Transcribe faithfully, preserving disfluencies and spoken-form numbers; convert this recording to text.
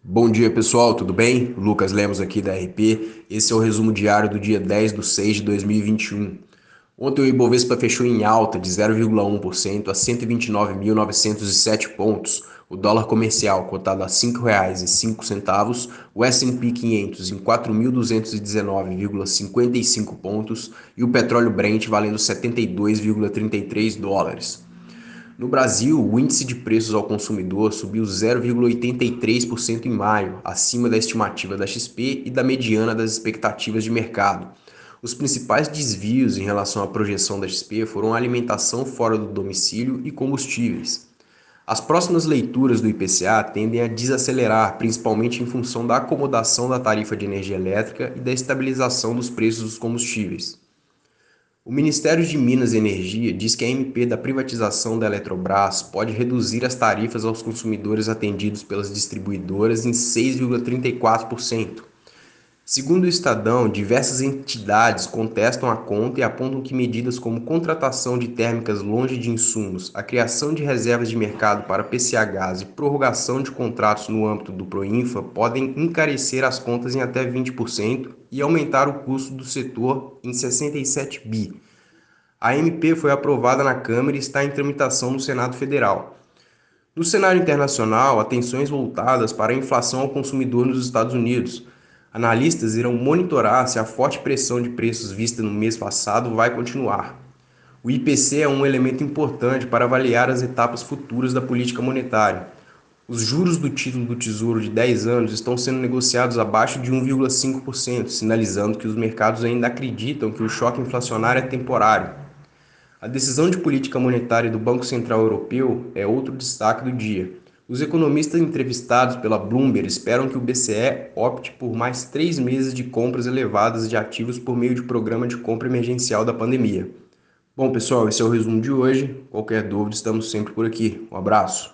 Bom dia pessoal, tudo bem? Lucas Lemos aqui da R P. Esse é o resumo diário do dia dez de seis de dois mil e vinte e um. Ontem o Ibovespa fechou em alta de zero vírgula um por cento a cento e vinte e nove mil novecentos e sete pontos. O dólar comercial cotado a cinco reais e cinco centavos, o S e P quinhentos em quatro mil duzentos e dezenove vírgula cinquenta e cinco pontos e o petróleo Brent valendo setenta e dois vírgula trinta e três dólares. No Brasil, o índice de preços ao consumidor subiu zero vírgula oitenta e três por cento em maio, acima da estimativa da X P e da mediana das expectativas de mercado. Os principais desvios em relação à projeção da X P foram a alimentação fora do domicílio e combustíveis. As próximas leituras do I P C A tendem a desacelerar, principalmente em função da acomodação da tarifa de energia elétrica e da estabilização dos preços dos combustíveis. O Ministério de Minas e Energia diz que a M P da privatização da Eletrobras pode reduzir as tarifas aos consumidores atendidos pelas distribuidoras em seis vírgula trinta e quatro por cento. Segundo o Estadão, diversas entidades contestam a conta e apontam que medidas como contratação de térmicas longe de insumos, a criação de reservas de mercado para P C Hs e prorrogação de contratos no âmbito do Proinfa podem encarecer as contas em até vinte por cento e aumentar o custo do setor em sessenta e sete bi. A M P foi aprovada na Câmara e está em tramitação no Senado Federal. No cenário internacional, há tensões voltadas para a inflação ao consumidor nos Estados Unidos. Analistas irão monitorar se a forte pressão de preços vista no mês passado vai continuar. O I P C é um elemento importante para avaliar as etapas futuras da política monetária. Os juros do título do Tesouro de dez anos estão sendo negociados abaixo de um vírgula cinco por cento, sinalizando que os mercados ainda acreditam que o choque inflacionário é temporário. A decisão de política monetária do Banco Central Europeu é outro destaque do dia. Os economistas entrevistados pela Bloomberg esperam que o B C E opte por mais três meses de compras elevadas de ativos por meio de programa de compra emergencial da pandemia. Bom, pessoal, esse é o resumo de hoje. Qualquer dúvida, estamos sempre por aqui. Um abraço.